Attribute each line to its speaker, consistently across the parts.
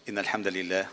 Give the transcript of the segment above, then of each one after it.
Speaker 1: إن الحمد لله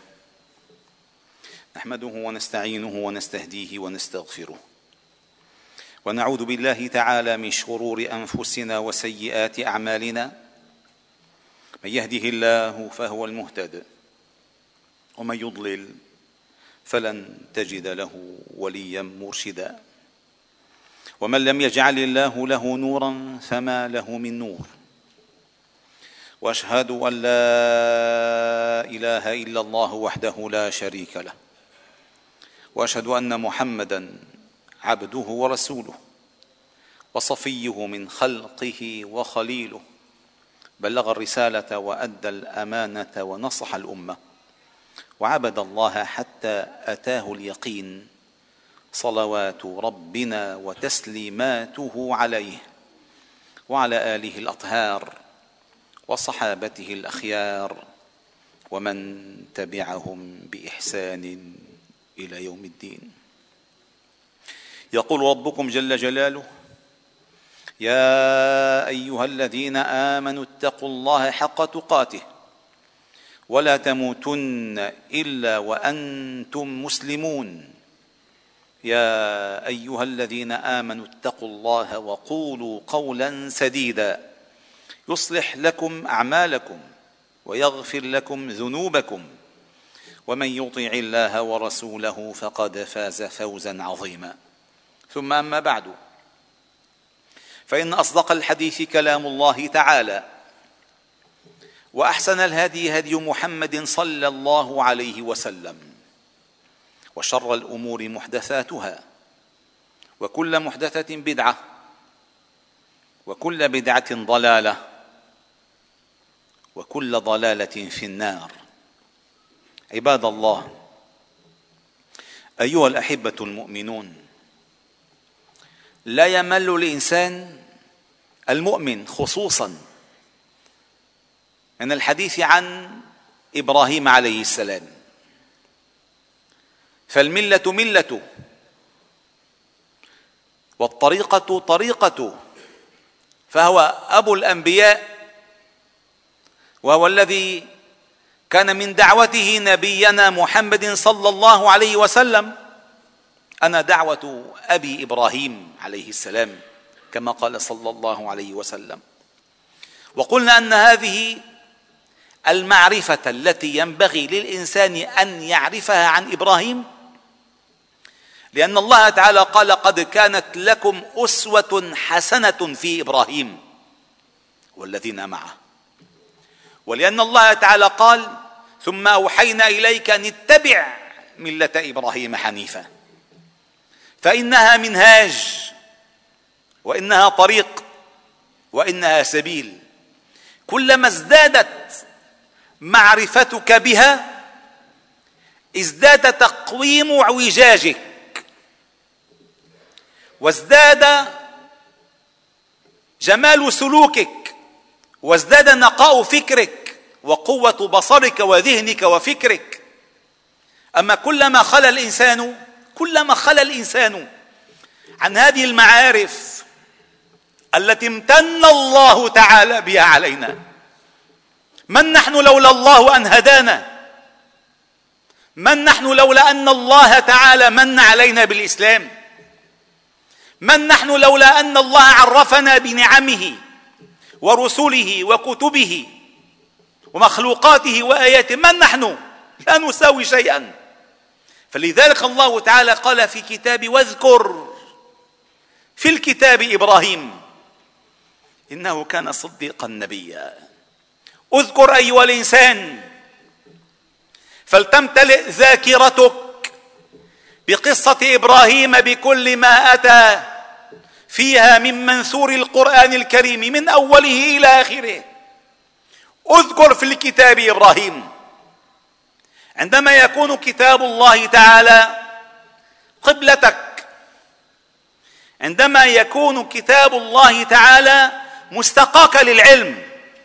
Speaker 1: نحمده ونستعينه ونستهديه ونستغفره، ونعوذ بالله تعالى من شرور أنفسنا وسيئات أعمالنا. من يهده الله فهو المهتد، ومن يضلل فلن تجد له وليا مرشدا. ومن لم يجعل الله له نورا فما له من نور. واشهد ان لا اله الا الله وحده لا شريك له، واشهد ان محمدا عبده ورسوله وصفيه من خلقه وخليله، بلغ الرسالة وأدى الأمانة ونصح الأمة، وعبد الله حتى أتاه اليقين، صلوات ربنا وتسليماته عليه وعلى آله الأطهار وصحابته الأخيار ومن تبعهم بإحسان إلى يوم الدين. يقول ربكم جل جلاله: يا أيها الذين آمنوا اتقوا الله حق تقاته ولا تموتن إلا وأنتم مسلمون. يا أيها الذين آمنوا اتقوا الله وقولوا قولا سديدا يصلح لكم أعمالكم ويغفر لكم ذنوبكم، ومن يطع الله ورسوله فقد فاز فوزا عظيما. ثم أما بعد، فإن أصدق الحديث كلام الله تعالى، وأحسن الهدي هدي محمد صلى الله عليه وسلم، وشر الأمور محدثاتها، وكل محدثة بدعة، وكل بدعة ضلالة، وكل ضلالة في النار. عباد الله، أيها الأحبة المؤمنون، لا يمل الإنسان المؤمن خصوصا من الحديث عن إبراهيم عليه السلام، فالملة ملته والطريقة طريقته، فهو أبو الأنبياء، وهو الذي كان من دعوته نبينا محمد صلى الله عليه وسلم: أنا دعوة أبي إبراهيم عليه السلام، كما قال صلى الله عليه وسلم. وقلنا أن هذه المعرفة التي ينبغي للإنسان أن يعرفها عن إبراهيم، لأن الله تعالى قال: قد كانت لكم أسوة حسنة في إبراهيم والذين معه. ولأن الله تعالى قال: ثم أوحينا إليك أن اتبع ملة إبراهيم حنيفا، فإنها منهاج، وإنها طريق، وإنها سبيل. كلما ازدادت معرفتك بها ازداد تقويم اعوجاجك، وازداد جمال سلوكك، وازداد نقاء فكرك وقوة بصرك وذهنك وفكرك. أما كلما خلا الإنسان عن هذه المعارف التي امتن الله تعالى بها علينا. من نحن لولا الله أن هدانا؟ من نحن لولا أن الله تعالى من علينا بالإسلام؟ من نحن لولا أن الله عرفنا بنعمه ورسله وكتبه ومخلوقاته وآياته؟ من نحن؟ لا نساوي شيئا. فلذلك الله تعالى قال في كتاب: واذكر في الكتاب إبراهيم إنه كان صديقا نبيا. اذكر أيها الإنسان، فلتمتلئ ذاكرتك بقصة إبراهيم بكل ما أتى فيها من منثور القرآن الكريم من أوله إلى آخره. اذكر في الكتاب إبراهيم. عندما يكون كتاب الله تعالى قبلتك، عندما يكون كتاب الله تعالى مستقاك للعلم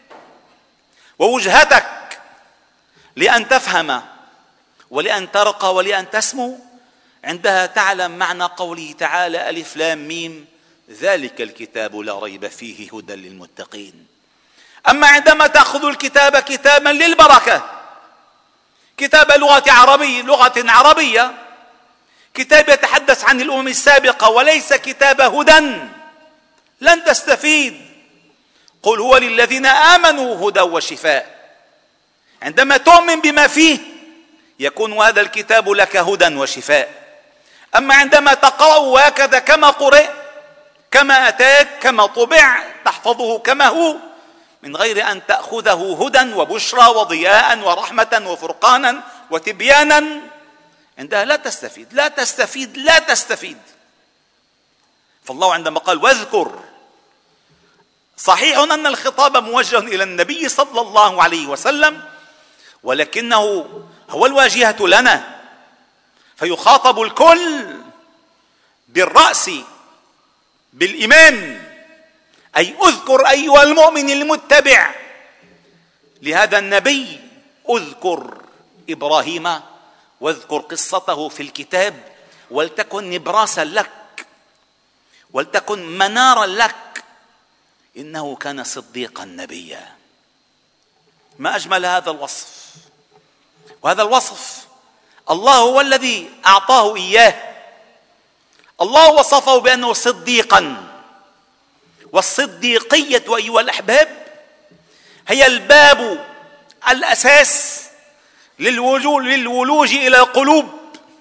Speaker 1: ووجهتك لأن تفهم ولأن ترقى ولأن تسمو، عندها تعلم معنى قوله تعالى: ألف لام ميم ذلك الكتاب لا ريب فيه هدى للمتقين. أما عندما تأخذ الكتاب كتابا للبركة كتاب لغة عربية، كتاب يتحدث عن الأمم السابقة وليس كتاب هدى، لن تستفيد. قل هو للذين آمنوا هدى وشفاء. عندما تؤمن بما فيه يكون هذا الكتاب لك هدى وشفاء. أما عندما تقرأه هكذا كما قرئ، كما أتاك، كما طبع، تحفظه كما هو من غير أن تأخذه هدى وبشرى وضياء ورحمة وفرقانا وتبيانا، عندها لا تستفيد لا تستفيد لا تستفيد. فالله عندما قال واذكر، صحيح أن الخطاب موجه إلى النبي صلى الله عليه وسلم، ولكنه هو الواجهة لنا، فيخاطب الكل بالرأس بالإيمان. أي اذكر أيها المؤمن المتبع لهذا النبي، اذكر إبراهيم واذكر قصته في الكتاب، ولتكن نبراسا لك، ولتكن منارا لك. إنه كان صديقا نبيا. ما أجمل هذا الوصف، وهذا الوصف الله هو الذي أعطاه إياه. الله وصفه بأنه صديقا، والصديقية أيها الأحباب هي الباب الأساس للولوج إلى القلوب،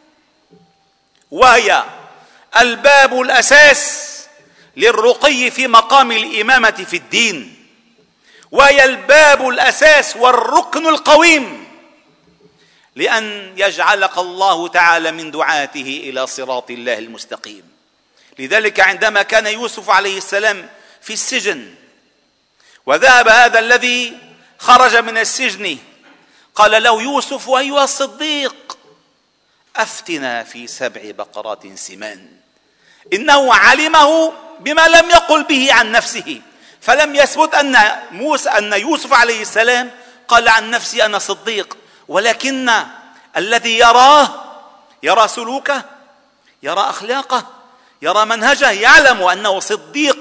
Speaker 1: وهي الباب الأساس للرقي في مقام الإمامة في الدين، وهي الباب الأساس والركن القويم لأن يجعلك الله تعالى من دعاته إلى صراط الله المستقيم. لذلك عندما كان يوسف عليه السلام في السجن وذهب هذا الذي خرج من السجن، قال له يوسف أيها الصديق أفتنا في 7 بقرات سمان. إنه علمه بما لم يقل به عن نفسه، فلم يثبت أن يوسف عليه السلام قال عن نفسه أنا صديق، ولكن الذي يرى سلوكه، يرى أخلاقه، يرى منهجه، يعلم أنه صديق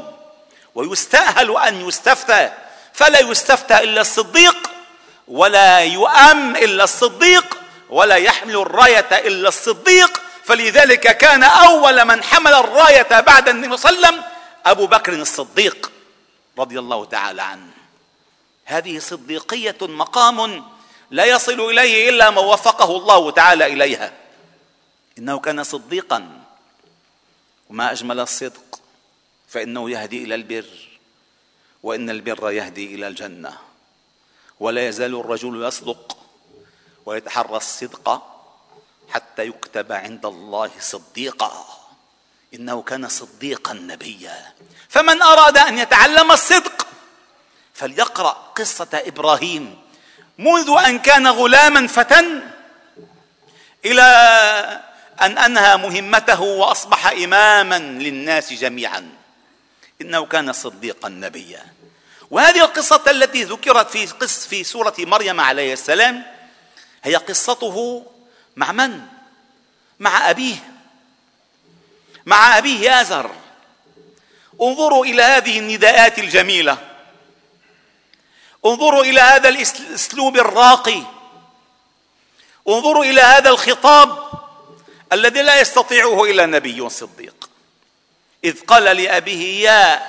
Speaker 1: ويستأهل أن يستفتى، فلا يستفتى إلا الصديق، ولا يؤم إلا الصديق، ولا يحمل الراية إلا الصديق. فلذلك كان أول من حمل الراية بعد النبي صلى الله عليه وسلم أبو بكر الصديق رضي الله تعالى عنه. هذه صديقية مقام لا يصل إليه إلا من وفقه الله تعالى إليها. إنه كان صديقا، وما أجمل الصدق، فإنه يهدي إلى البر، وإن البر يهدي إلى الجنة. ولا يزال الرجل يصدق ويتحرى الصدق حتى يكتب عند الله صديقا. إنه كان صديقا نبيا. فمن أراد أن يتعلم الصدق فليقرأ قصة إبراهيم منذ أن كان غلاما فتى إلى أن أنهى مهمته وأصبح إماما للناس جميعا. إنه كان صديقا نبيا. وهذه القصة التي ذكرت في سورة مريم عليه السلام هي قصته مع من؟ مع أبيه آزر. انظروا إلى هذه النداءات الجميلة، انظروا إلى هذا الأسلوب الراقي، انظروا إلى هذا الخطاب الذي لا يستطيعه إلا نبي صديق. إذ قال لأبيه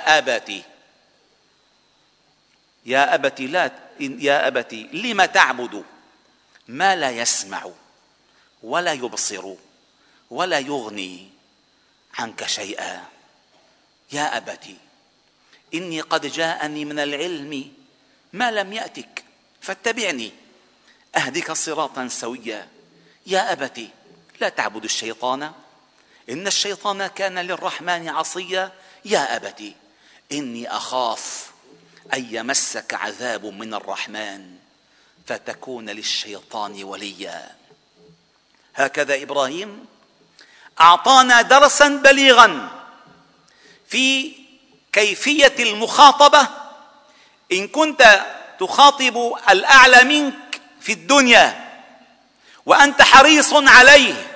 Speaker 1: يا أبت لم تعبد ما لا يسمع ولا يبصر ولا يغني عنك شيئا. يا أبت إني قد جاءني من العلم ما لم يأتك فاتبعني أهدك صراطا سويا. يا أبت لا تعبد الشيطان إن الشيطان كان للرحمن عصيا. يا أبت إني أخاف أن يمسك عذاب من الرحمن فتكون للشيطان وليا. هكذا إبراهيم أعطانا درسا بليغا في كيفية المخاطبة إن كنت تخاطب الأعلى منك في الدنيا وأنت حريص عليه،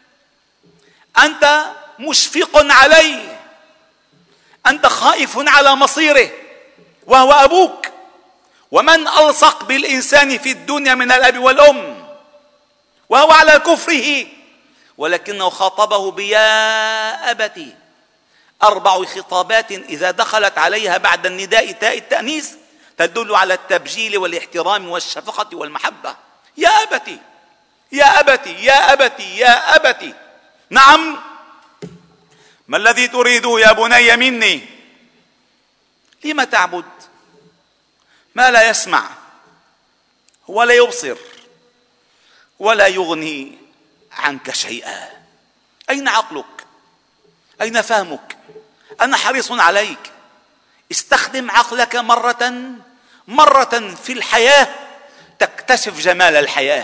Speaker 1: أنت مشفق عليه، أنت خائف على مصيره وهو أبوك. ومن ألصق بالإنسان في الدنيا من الأب والأم؟ وهو على كفره، ولكنه خاطبه بيا أبتي. 4 خطابات إذا دخلت عليها بعد النداء تاء التأنيث تدل على التبجيل والاحترام والشفقة والمحبة. يا أبتي يا أبتي يا أبتي يا أبتي. نعم، ما الذي تريد يا بني مني؟ لم تعبد ما لا يسمع ولا يبصر ولا يغني عنك شيئا؟ أين عقلك؟ أين فهمك؟ أنا حريص عليك. استخدم عقلك مرة في الحياة تكتشف جمال الحياة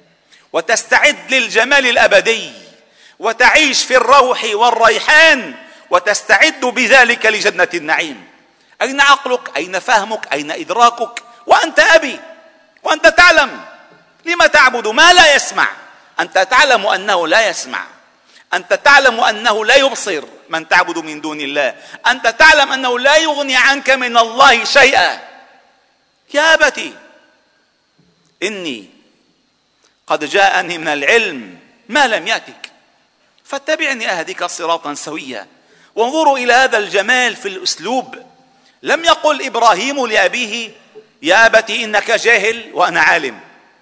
Speaker 1: وتستعد للجمال الأبدي وتعيش في الروح والريحان وتستعد بذلك لجنة النعيم. أين عقلك؟ أين فهمك؟ أين إدراكك؟ وأنت أبي وأنت تعلم. لما تعبد ما لا يسمع؟ أنت تعلم أنه لا يسمع، أنت تعلم أنه لا يبصر من تعبد من دون الله، أنت تعلم أنه لا يغني عنك من الله شيئا. يا أبتي إني قد جاءني من العلم ما لم يأتك فاتبعني أهدك صراطا سويا. وانظروا إلى هذا الجمال في الأسلوب. لم يقل إبراهيم لأبيه يا أبتي إنك جاهل وأنا عالم،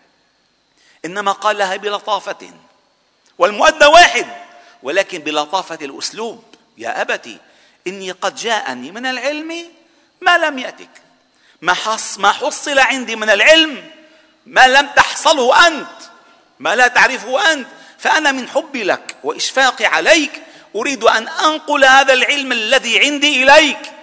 Speaker 1: إنما قال لها بلطافة، والمؤدى واحد ولكن بلطافة الأسلوب. يا أبتي إني قد جاءني من العلم ما لم يأتك. ما حصل عندي من العلم ما لم تحصله أنت، ما لا تعرفه أنت، فأنا من حبي لك وإشفاقي عليك أريد أن أنقل هذا العلم الذي عندي إليك،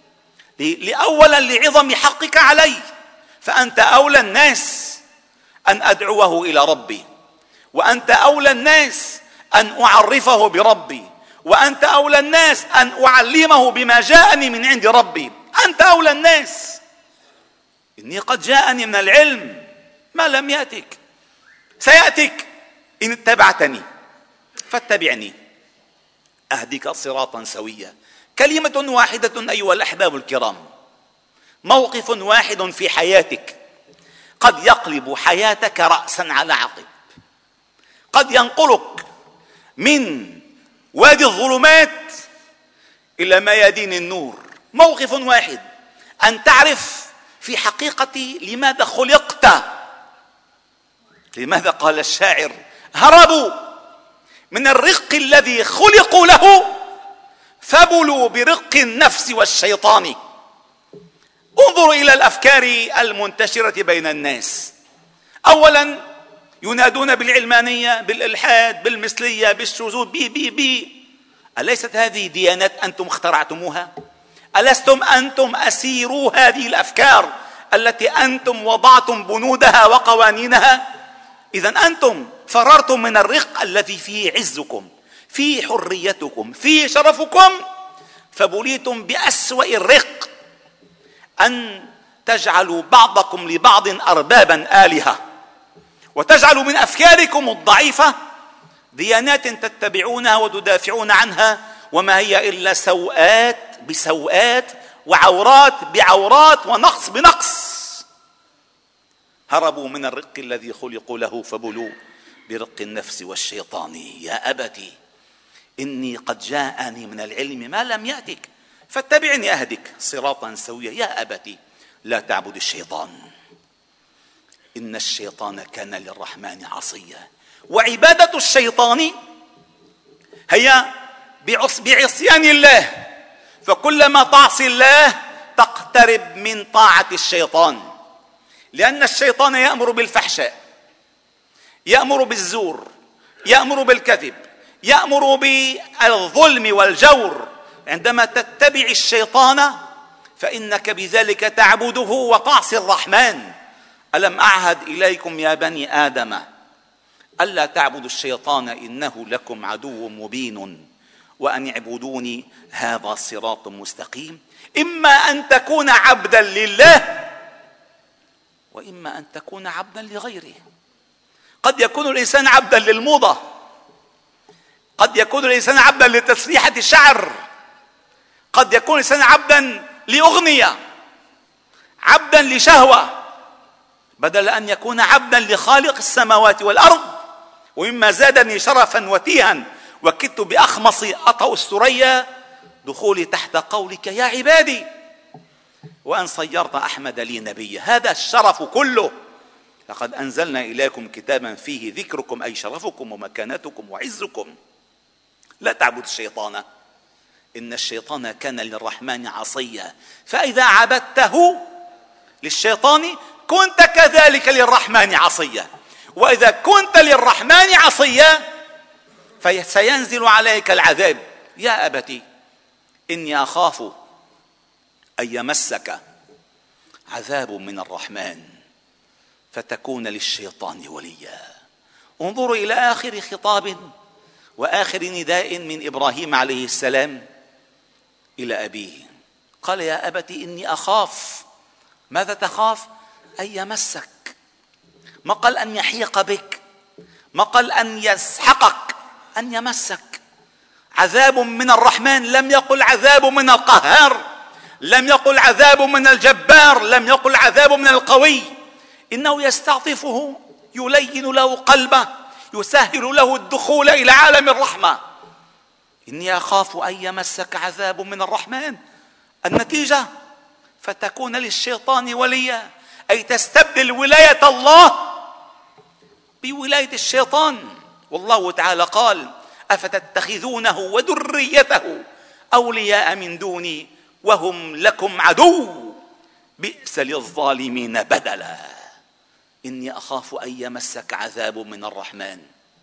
Speaker 1: أولا لعظم حقك علي، فأنت أولى الناس أن أدعوه إلى ربي، وأنت أولى الناس أن أعرفه بربي، وأنت أولى الناس أن أعلمه بما جاءني من عند ربي. أنت أولى الناس. إني قد جاءني من العلم ما لم يأتك، سيأتك إن اتبعتني فاتبعني أهدك صراطا سويا. كلمة واحدة أيها الأحباب الكرام، موقف واحد في حياتك قد يقلب حياتك رأسا على عقب، قد ينقلك من وادي الظلمات إلى ميادين النور. موقف واحد، أن تعرف في حقيقة لماذا خلقت. لماذا قال الشاعر هربوا من الرق الذي خلقوا له فبلوا برق النفس والشيطان. انظروا إلى الأفكار المنتشرة بين الناس. أولا ينادون بالعلمانية، بالإلحاد، بالمثلية، بالشذوذ، أليست هذه ديانات أنتم اخترعتموها؟ ألستم أنتم أسيروا هذه الأفكار التي أنتم وضعتم بنودها وقوانينها؟ إذن أنتم فررتم من الرق الذي فيه عزكم، فيه حريتكم، فيه شرفكم، فبليتم بأسوأ الرق، أن تجعلوا بعضكم لبعض أربابا آلهة، وتجعلوا من أفكاركم الضعيفة ديانات تتبعونها وتدافعون عنها، وما هي إلا سوءات بسوءات وعورات بعورات ونقص بنقص. هربوا من الرق الذي خلقوا له فبلوا برق النفس والشيطان. يا أبتي إني قد جاءني من العلم ما لم يأتك فاتبعني أهدك صراطا سويا. يا أبتي لا تعبد الشيطان إن الشيطان كان للرحمن عصيا. وعبادة الشيطان هي بعصيان الله، فكلما تعصي الله تقترب من طاعة الشيطان، لأن الشيطان يأمر بالفحشاء، يأمر بالزور، يأمر بالكذب، يأمر بالظلم والجور. عندما تتبع الشيطان فإنك بذلك تعبده وتعصي الرحمن. ألم أعهد إليكم يا بني آدم ألا تعبدوا الشيطان إنه لكم عدو مبين وأن اعبدوني هذا صراط مستقيم. إما أن تكون عبدا لله وإما أن تكون عبدا لغيره. قد يكون الإنسان عبدا للموضة، قد يكون الإنسان عبدا لتسريحة الشعر، قد يكون الإنسان عبدا لأغنية، عبدا لشهوة، بدل أن يكون عبدا لخالق السماوات والأرض ومما زادني شرفا وتيها وكدت بأخمص أطأ الثريا دخولي تحت قولك يا عبادي، وأن صيرت أحمد لي نبيا. هذا الشرف كله. لقد أنزلنا إليكم كتابا فيه ذكركم، أي شرفكم ومكانتكم وعزكم. لا تعبد الشيطان إن الشيطان كان للرحمن عصيا، فإذا عبدته للشيطان كنت كذلك للرحمن عصيا، وإذا كنت للرحمن عصيا فسينزل عليك العذاب. يا أبتي إني أخاف أن يمسك عذاب من الرحمن فتكون للشيطان وليا. انظروا إلى آخر خطاب وآخر نداء من إبراهيم عليه السلام إلى أبيه. قال يا أبت إني أخاف. ماذا تخاف؟ أن يمسك. ما قال أن يحيق بك، ما قال أن يسحقك، أن يمسك عذاب من الرحمن. لم يقل عذاب من القهار، لم يقل عذاب من الجبار، لم يقل عذاب من القوي. إنه يستعطفه، يلين له قلبه، يسهل له الدخول إلى عالم الرحمة. إني أخاف أن يمسك عذاب من الرحمن. النتيجة فتكون للشيطان وليا، أي تستبدل ولاية الله بولاية الشيطان. والله تعالى قال أفتتخذونه وذريته أولياء من دوني وهم لكم عدو بئس للظالمين بدلا. إني أخاف أن يمسك عذاب من الرحمن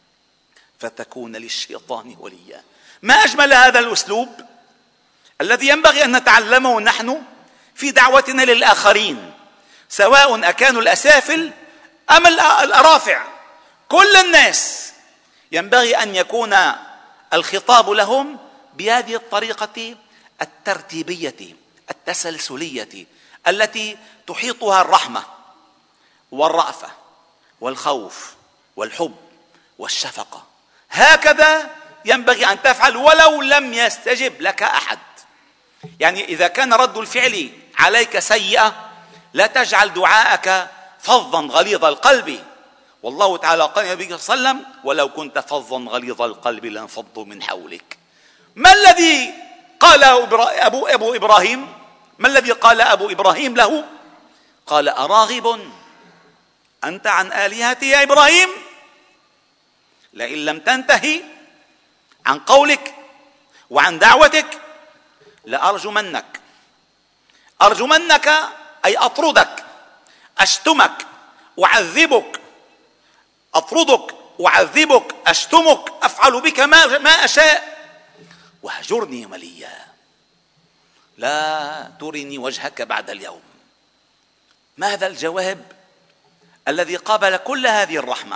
Speaker 1: فتكون للشيطان وليا. ما أجمل هذا الأسلوب الذي ينبغي أن نتعلمه نحن في دعوتنا للآخرين، سواء أكانوا الأسافل أم الأرافع. كل الناس ينبغي أن يكون الخطاب لهم بهذه الطريقة الترتيبية التسلسلية التي تحيطها الرحمة والرأفة والخوف والحب والشفقة. هكذا ينبغي أن تفعل ولو لم يستجب لك أحد. يعني إذا كان رد الفعل عليك سيئة لا تجعل دعاءك فظا غليظ القلب. والله تعالى قال النبي صلى الله عليه وسلم ولو كنت فظا غليظ القلب لانفضوا من حولك. ما الذي قاله أبو إبراهيم؟ ما الذي قال أبو إبراهيم له؟ قال أراغب أنت عن آلهتي يا إبراهيم؟ لئن لم تنتهي عن قولك وعن دعوتك لأرجمنك. أرجمنك أي أطردك، أشتمك، أعذبك، أطردك، أعذبك، أشتمك، أفعل بك ما أشاء، واهجرني مليا، لا ترني وجهك بعد اليوم. ما هذا الجواب الذي قابل كل هذه الرحمة؟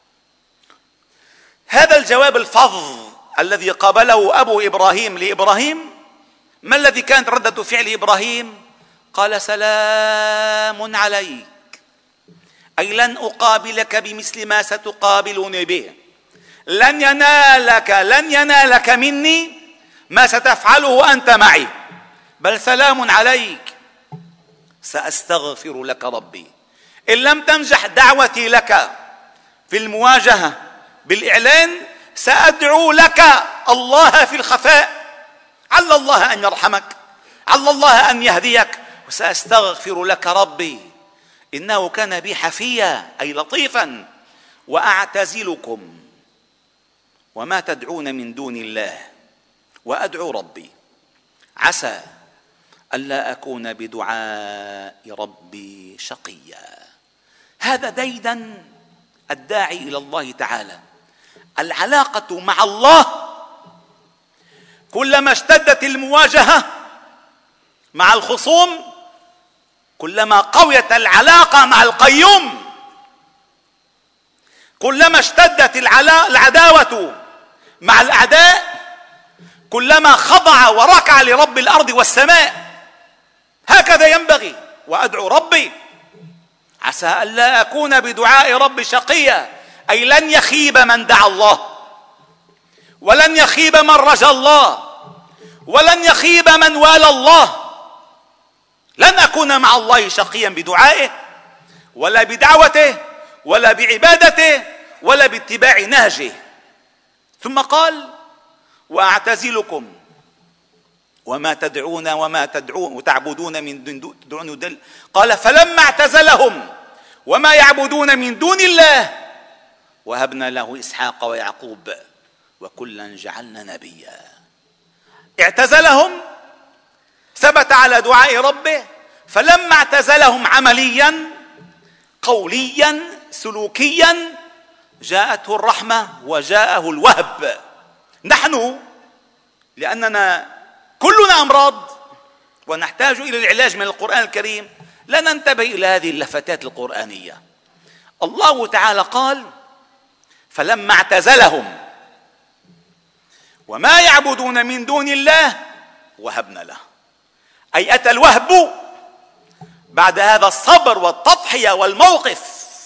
Speaker 1: هذا الجواب الفظ الذي قابله أبو إبراهيم لإبراهيم، ما الذي كانت ردة فعل إبراهيم؟ قال سلام عليك، أي لن أقابلك بمثل ما ستقابلني به، لن ينالك مني ما ستفعله أنت معي، بل سلام عليك، سأستغفر لك ربي. إن لم تنجح دعوتي لك في المواجهة بالإعلان سأدعو لك الله في الخفاء، عل الله أن يرحمك، عل الله أن يهديك، وسأستغفر لك ربي إنه كان بي حفيا أي لطيفا، وأعتزلكم وما تدعون من دون الله وأدعو ربي عسى ألا أكون بدعاء ربي شقيا. هذا ديدا الداعي إلى الله تعالى. العلاقة مع الله كلما اشتدت المواجهة مع الخصوم كلما قويت العلاقة مع القيوم، كلما اشتدت العداوة مع الأعداء كلما خضع وركع لرب الأرض والسماء. هكذا ينبغي. وأدعو ربي عسى ألا أكون بدعاء ربي شقيا، أي لن يخيب من دعا الله، ولن يخيب من رجا الله، ولن يخيب من والى الله. لن أكون مع الله شقيا بدعائه ولا بدعوته ولا بعبادته ولا باتباع نهجه. ثم قال: وأعتزلكم وما تدعون وتعبدون من دون. قال: فلما اعتزلهم وما يعبدون من دون الله وهبنا له إسحاق ويعقوب وكلا جعلنا نبيا. اعتزلهم، ثبت على دعاء ربه، فلما اعتزلهم عمليا قوليا سلوكيا جاءته الرحمة وجاءه الوهب. نحن لأننا كلنا أمراض ونحتاج إلى العلاج من القرآن الكريم لا ننتبه إلى هذه اللفتات القرآنية. الله تعالى قال: فلما اعتزلهم وما يعبدون من دون الله وهبنا له. أي أتى الوهب بعد هذا الصبر والتضحية والموقف.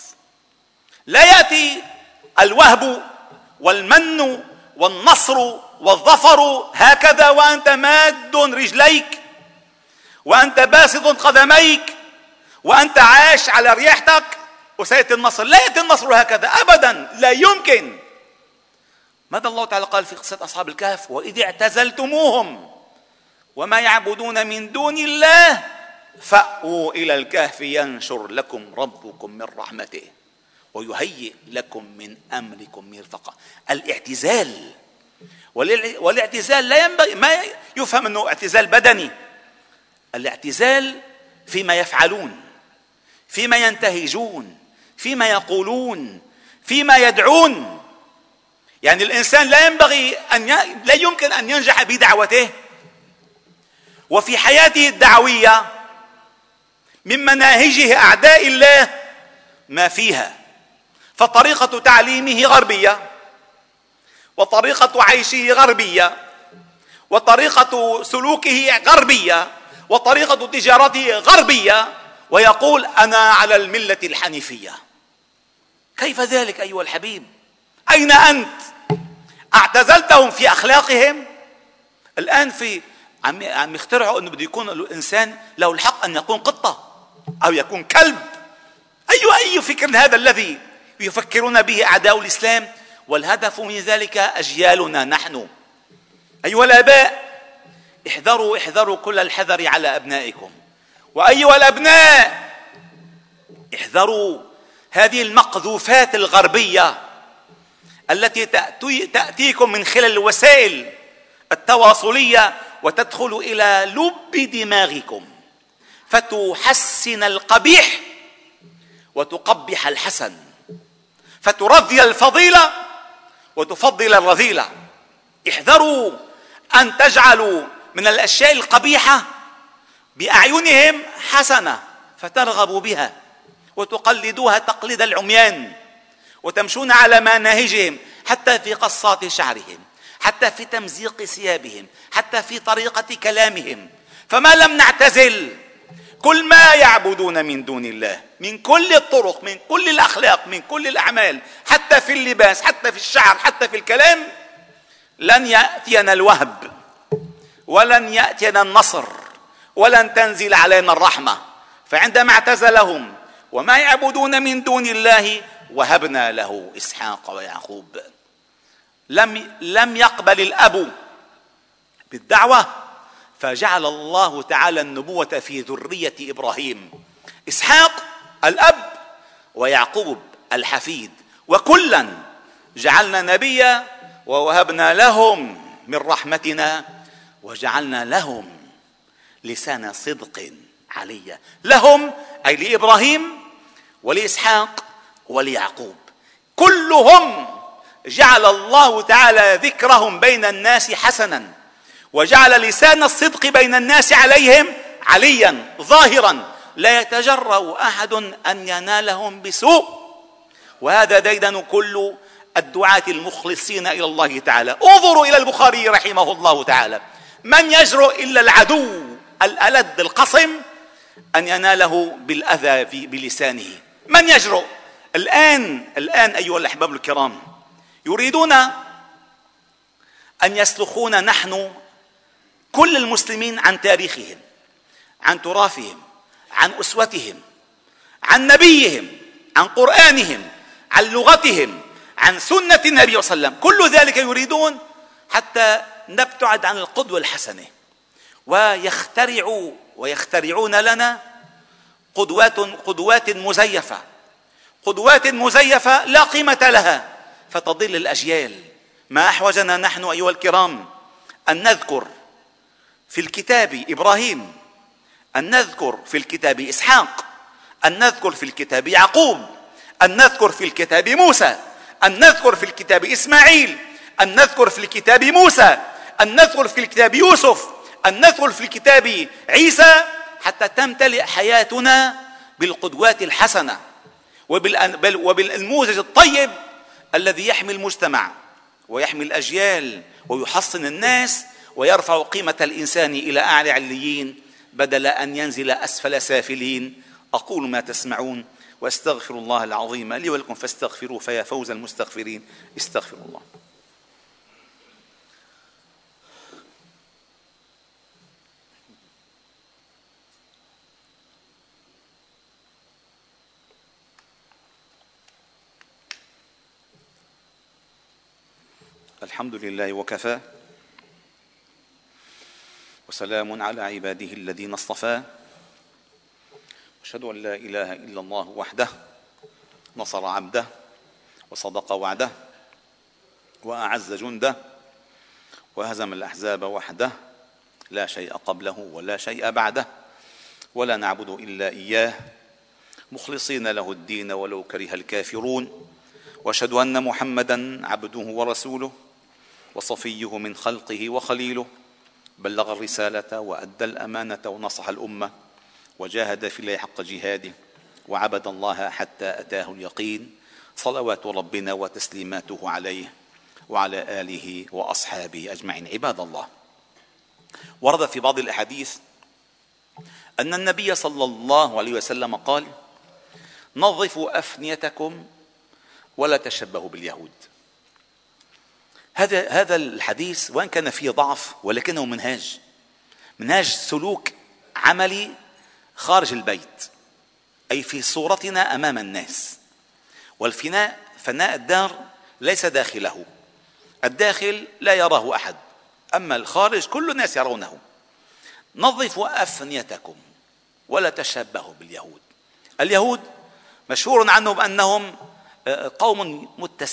Speaker 1: لا يأتي الوهب والمن والنصر والظفر هكذا وأنت ماد رجليك وأنت باسط قدميك وأنت عاش على رياحتك وسيأتي النصر. لا يأتي النصر هكذا أبدا، لا يمكن. ماذا الله تعالى قال في قصة أصحاب الكهف؟ وإذ اعتزلتموهم وما يعبدون من دون الله فأووا إلى الكهف ينشر لكم ربكم من رحمته ويهيئ لكم من أمركم مرفقا. الاعتزال، والاعتزال لا ينبغي ما يفهم أنه اعتزال بدني. الاعتزال فيما يفعلون، فيما ينتهجون، فيما يقولون، فيما يدعون. يعني الإنسان لا يمكن أن ينجح بدعوته وفي حياته الدعوية من مناهجه أعداء الله ما فيها. فطريقة تعليمه غربية، وطريقة عيشه غربية، وطريقة سلوكه غربية، وطريقة تجارته غربية، ويقول: أنا على الملة الحنيفية. كيف ذلك أيها الحبيب؟ أين أنت؟ اعتزلتهم في أخلاقهم. الآن عم يخترعوا أنه بده يكون الإنسان له الحق أن يكون قطة أو يكون كلب. أي فكر هذا الذي يفكرون به أعداء الإسلام؟ والهدف من ذلك أجيالنا نحن. أيها الآباء، احذروا كل الحذر على أبنائكم. وأيها الأبناء، احذروا هذه المقذوفات الغربية التي تأتيكم من خلال الوسائل التواصلية وتدخل إلى لب دماغكم فتحسن القبيح وتقبح الحسن، فترضي الفضيلة وتفضل الرذيلة. احذروا أن تجعلوا من الأشياء القبيحة بأعينهم حسنة فترغبوا بها وتقلدوها تقليد العميان وتمشون على مناهجهم، حتى في قصات شعرهم، حتى في تمزيق ثيابهم، حتى في طريقة كلامهم. فما لم نعتزل كل ما يعبدون من دون الله من كل الطرق، من كل الأخلاق، من كل الأعمال، حتى في اللباس، حتى في الشعر، حتى في الكلام، لن يأتينا الوهب ولن يأتينا النصر ولن تنزل علينا الرحمة. فعندما اعتزلهم وما يعبدون من دون الله وهبنا له إسحاق ويعقوب. لم يقبل الأب بالدعوة فجعل الله تعالى النبوة في ذرية إبراهيم. إسحاق الأب ويعقوب الحفيد، وكلا جعلنا نبيا ووهبنا لهم من رحمتنا وجعلنا لهم لسان صدق عليا. لهم أي لإبراهيم ولإسحاق وليعقوب، كلهم جعل الله تعالى ذكرهم بين الناس حسنا وجعل لسان الصدق بين الناس عليهم عليا ظاهرا، لا يتجرأ أحد أن ينالهم بسوء. وهذا ديدن كل الدعاة المخلصين إلى الله تعالى. انظروا إلى البخاري رحمه الله تعالى، من يجرؤ إلا العدو الألد القصم أن يناله بالأذى بلسانه؟ من يجرؤ؟ الآن أيها الأحباب الكرام، يريدون أن يسلخونا نحن كل المسلمين عن تاريخهم، عن تراثهم، عن أسوتهم، عن نبيهم، عن قرآنهم، عن لغتهم، عن سنة النبي صلى الله عليه وسلم. كل ذلك يريدون حتى نبتعد عن القدوة الحسنة، ويخترعون لنا قدوات مزيفة، قدوات مزيفة لا قيمة لها فتضل الأجيال. ما أحوجنا نحن أيها الكرام أن نذكر في الكتاب إبراهيم، أن نذكر في الكتاب إسحاق، أن نذكر في الكتاب يعقوب، أن نذكر في الكتاب موسى، أن نذكر في الكتاب إسماعيل، أن نذكر في الكتاب موسى، أن نذكر في الكتاب يوسف، أن نذكر في الكتاب عيسى، حتى تمتلئ حياتنا بالقدوات الحسنة وبالنموذج الطيب الذي يحمي المجتمع ويحمي الأجيال ويحصن الناس ويرفع قيمة الإنسان إلى أعلى عليين بدل أن ينزل أسفل سافلين. أقول ما تسمعون وأستغفر الله العظيم لي ولكم فاستغفروه فيا فوز المستغفرين. استغفر الله. الحمد لله وكفى، وسلام على عباده الذين اصطفى، أشهد أن لا إله إلا الله وحده نصر عبده وصدق وعده وأعز جنده وهزم الأحزاب وحده، لا شيء قبله ولا شيء بعده، ولا نعبد إلا إياه مخلصين له الدين ولو كره الكافرون. وأشهد أن محمدا عبده ورسوله وصفيه من خلقه وخليله، بلغ الرسالة وأدى الأمانة ونصح الأمة وجاهد في الله حق جهاده وعبد الله حتى أتاه اليقين، صلوات ربنا وتسليماته عليه وعلى آله وأصحابه أجمعين. عباد الله، ورد في بعض الأحاديث أن النبي صلى الله عليه وسلم قال: نظفوا أفنيتكم ولا تشبهوا باليهود. هذا الحديث وإن كان فيه ضعف ولكنه منهاج سلوك عملي خارج البيت، أي في صورتنا أمام الناس. والفناء فناء الدار ليس داخله، الداخل لا يراه أحد، أما الخارج كل الناس يرونه. نظفوا أفنيتكم ولا تشبهوا باليهود. اليهود مشهور عنهم أنهم قوم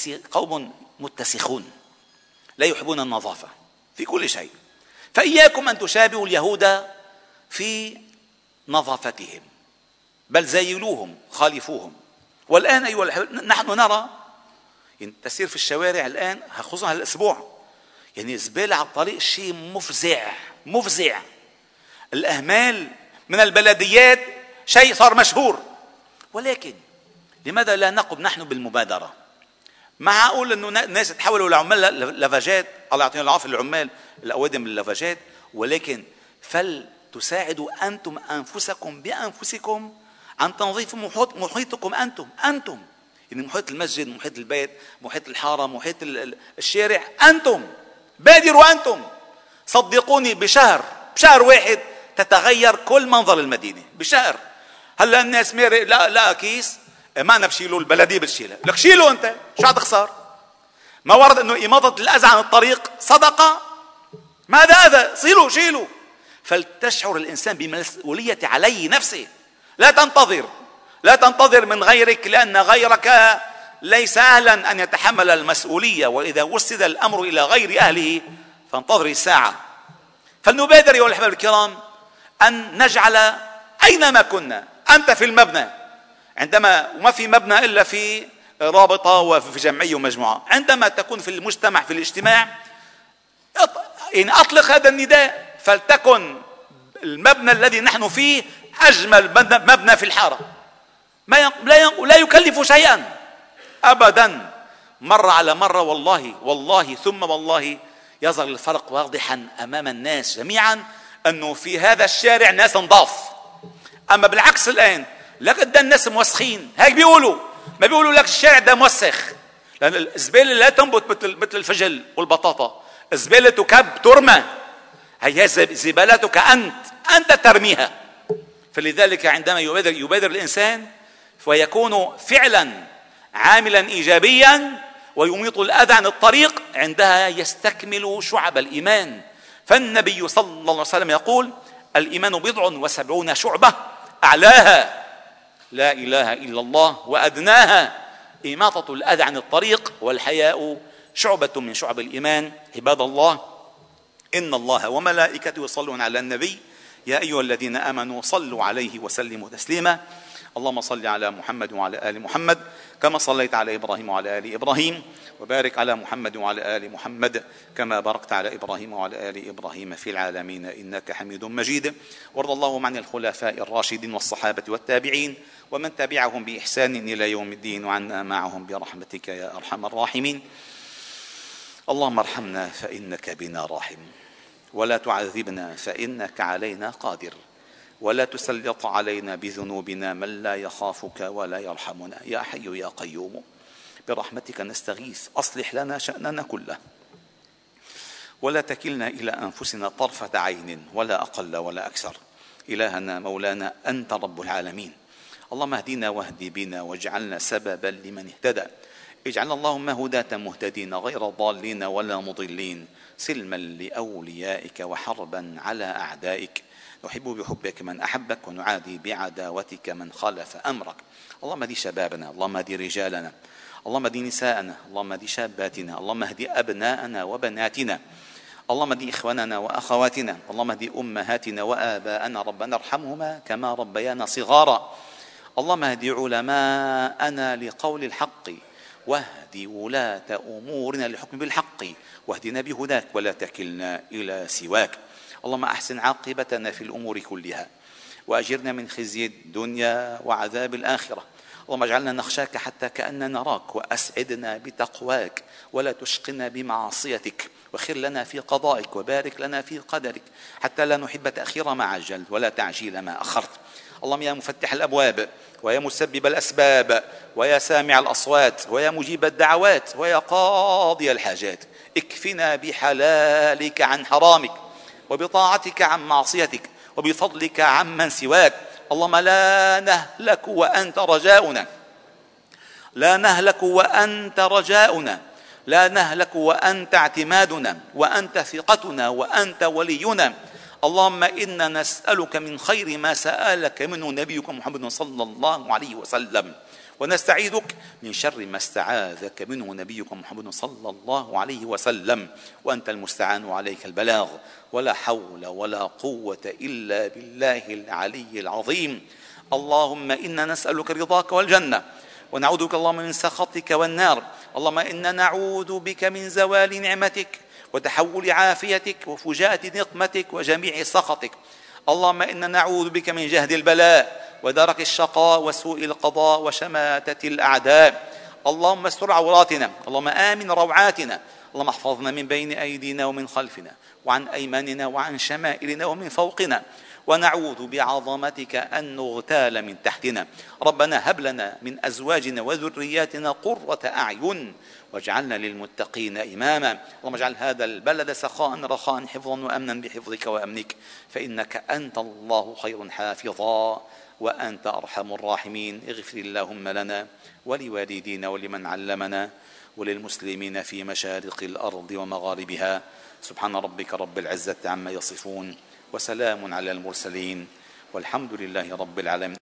Speaker 1: متسخون لا يحبون النظافة في كل شيء، فإياكم أن تشابهوا اليهود في نظافتهم، بل زيلوهم خالفوهم. والآن أيها الأحباب نحن نرى تسير في الشوارع الآن خصوصا هذا الأسبوع، يعني الزبالة على الطريق شيء مفزع. الأهمال من البلديات شيء صار مشهور، ولكن لماذا لا نقوم نحن بالمبادرة؟ معقول أنه الناس تحولوا لعمال لافاجات، الله يعطيهم العافية العمال الأوادم اللافاجات، ولكن فلتساعدوا أنتم أنفسكم بأنفسكم عن تنظيف محيطكم أنتم، يعني محيط المسجد، محيط البيت، محيط الحارة، محيط الشارع. أنتم بادروا، أنتم صدقوني بشهر واحد تتغير كل منظر المدينة بشهر. هلا الناس لا كيس ما أنا بشيله، البلدية بتشيله، لك شيله أنت شو هتخسر؟ ما ورد أنه إماطة الأذى عن الطريق صدقة؟ ماذا هذا؟ شيلوا. فلتشعر الإنسان بمسؤولية عليه نفسه. لا تنتظر من غيرك، لأن غيرك ليس أهلا أن يتحمل المسؤولية، وإذا وسد الأمر إلى غير أهله فانتظر الساعة. فلنبادر أيها الأحباب الكرام أن نجعل أينما كنا، أنت في المبنى وما في مبنى إلا في رابطة وفي جمعية ومجموعة، عندما تكون في المجتمع في الاجتماع يعني أطلق هذا النداء، فلتكن المبنى الذي نحن فيه أجمل مبنى في الحارة، لا يكلف شيئا أبدا. مرة على مرة والله ثم والله يظهر الفرق واضحا أمام الناس جميعا أنه في هذا الشارع ناس نضاف. أما بالعكس الآن لقد الناس موسخين، هيك بيقولوا، ما بيقولوا لك الشارع ده موسخ، لأن الزبالة لا تنبت مثل الفجل والبطاطا، الزبالة تكب ترمى، هي زبالتك أنت ترميها. فلذلك عندما يبادر الإنسان ويكون فعلا عاملا إيجابيا ويميط الأذى عن الطريق، عندها يستكمل شعب الإيمان. فالنبي صلى الله عليه وسلم يقول: الإيمان 70 شعبة، أعلاها لا إله إلا الله، وأدناها إماطة الأذى عن الطريق، والحياء شعبة من شعب الإيمان. عباد الله، إن الله وملائكته يصلون على النبي، يا أيها الذين آمنوا صلوا عليه وسلموا تسليما. اللهم صل على محمد وعلى آل محمد كما صليت على إبراهيم وعلى آل إبراهيم، وبارك على محمد وعلى آل محمد كما باركت على إبراهيم وعلى آل إبراهيم في العالمين إنك حميد مجيد. وارض اللهم عن الخلفاء الراشدين والصحابة والتابعين ومن تبعهم بإحسان إلى يوم الدين، وعنا معهم برحمتك يا أرحم الراحمين. اللهم ارحمنا فإنك بنا راحم، ولا تعذبنا فإنك علينا قادر، ولا تسلط علينا بذنوبنا من لا يخافك ولا يرحمنا، يا حي يا قيوم برحمتك نستغيث، أصلح لنا شأننا كله، ولا تكلنا إلى أنفسنا طرفة عين ولا أقل ولا أكثر. إلهنا مولانا أنت رب العالمين، اللهم اهدنا واهد بنا واجعلنا سببا لمن اهتدى، اجعلنا اللهم هداة مهتدين غير ضالين ولا مضلين، سلما لأوليائك وحربا على أعدائك، نحب بحبك من أحبك ونعادي بعداوتك من خالف أمرك. اللهم اهد شبابنا، اللهم اهد رجالنا، اللهم اهد نساءنا، اللهم اهد شاباتنا، اللهم اهد أبناءنا وبناتنا، اللهم اهد إخواننا وأخواتنا، اللهم اهد أمهاتنا وآباءنا، ربنا ارحمهما كما ربيانا صغارا. اللهم اهد علماءنا لقول الحق، واهد ولاة أمورنا للحكم بالحق، واهدنا بهداك ولا تكلنا إلى سواك. اللهم أحسن عاقبتنا في الأمور كلها، وأجرنا من خزي الدنيا وعذاب الآخرة. اللهم اجعلنا نخشاك حتى كأننا نراك، وأسعدنا بتقواك ولا تشقنا بمعصيتك، وخير لنا في قضائك وبارك لنا في قدرك، حتى لا نحب تأخير ما عجلت ولا تعجيل ما أخرت. اللهم يا مفتح الأبواب، ويا مسبب الأسباب، ويا سامع الأصوات، ويا مجيب الدعوات، ويا قاضي الحاجات، اكفنا بحلالك عن حرامك، وبطاعتك عن معصيتك، وبفضلك عمن سواك. اللهم لا نهلك وأنت رجاؤنا، لا نهلك وأنت رجاؤنا، لا نهلك وأنت اعتمادنا، وأنت ثقتنا، وأنت ولينا. اللهم إنا نسألك من خير ما سألك منه نبيك محمد صلى الله عليه وسلم، ونستعيذك من شر ما استعاذك منه نبيك محمد صلى الله عليه وسلم، وأنت المستعان وعليك البلاغ، ولا حول ولا قوة إلا بالله العلي العظيم. اللهم إنا نسألك رضاك والجنة، ونعوذ بك اللهم من سخطك والنار. اللهم إنا نعوذ بك من زوال نعمتك وتحول عافيتك وفجاءة نقمتك وجميع سخطك. اللهم إنا نعوذ بك من جهد البلاء ودرك الشقاء وسوء القضاء وشماتة الأعداء. اللهم استر عوراتنا، اللهم آمن روعاتنا، اللهم احفظنا من بين أيدينا ومن خلفنا وعن أيماننا وعن شمائلنا ومن فوقنا، ونعوذ بعظمتك أن نغتال من تحتنا. ربنا هب لنا من أزواجنا وذرياتنا قرة أعين واجعلنا للمتقين إماما. اللهم اجعل هذا البلد سخاء رخاء حفظا وأمنا بحفظك وأمنك، فإنك أنت الله خير حافظا وأنت أرحم الراحمين. اغفر اللهم لنا ولوالدينا ولمن علمنا وللمسلمين في مشارق الأرض ومغاربها. سبحان ربك رب العزة عما يصفون، وسلام على المرسلين، والحمد لله رب العالمين.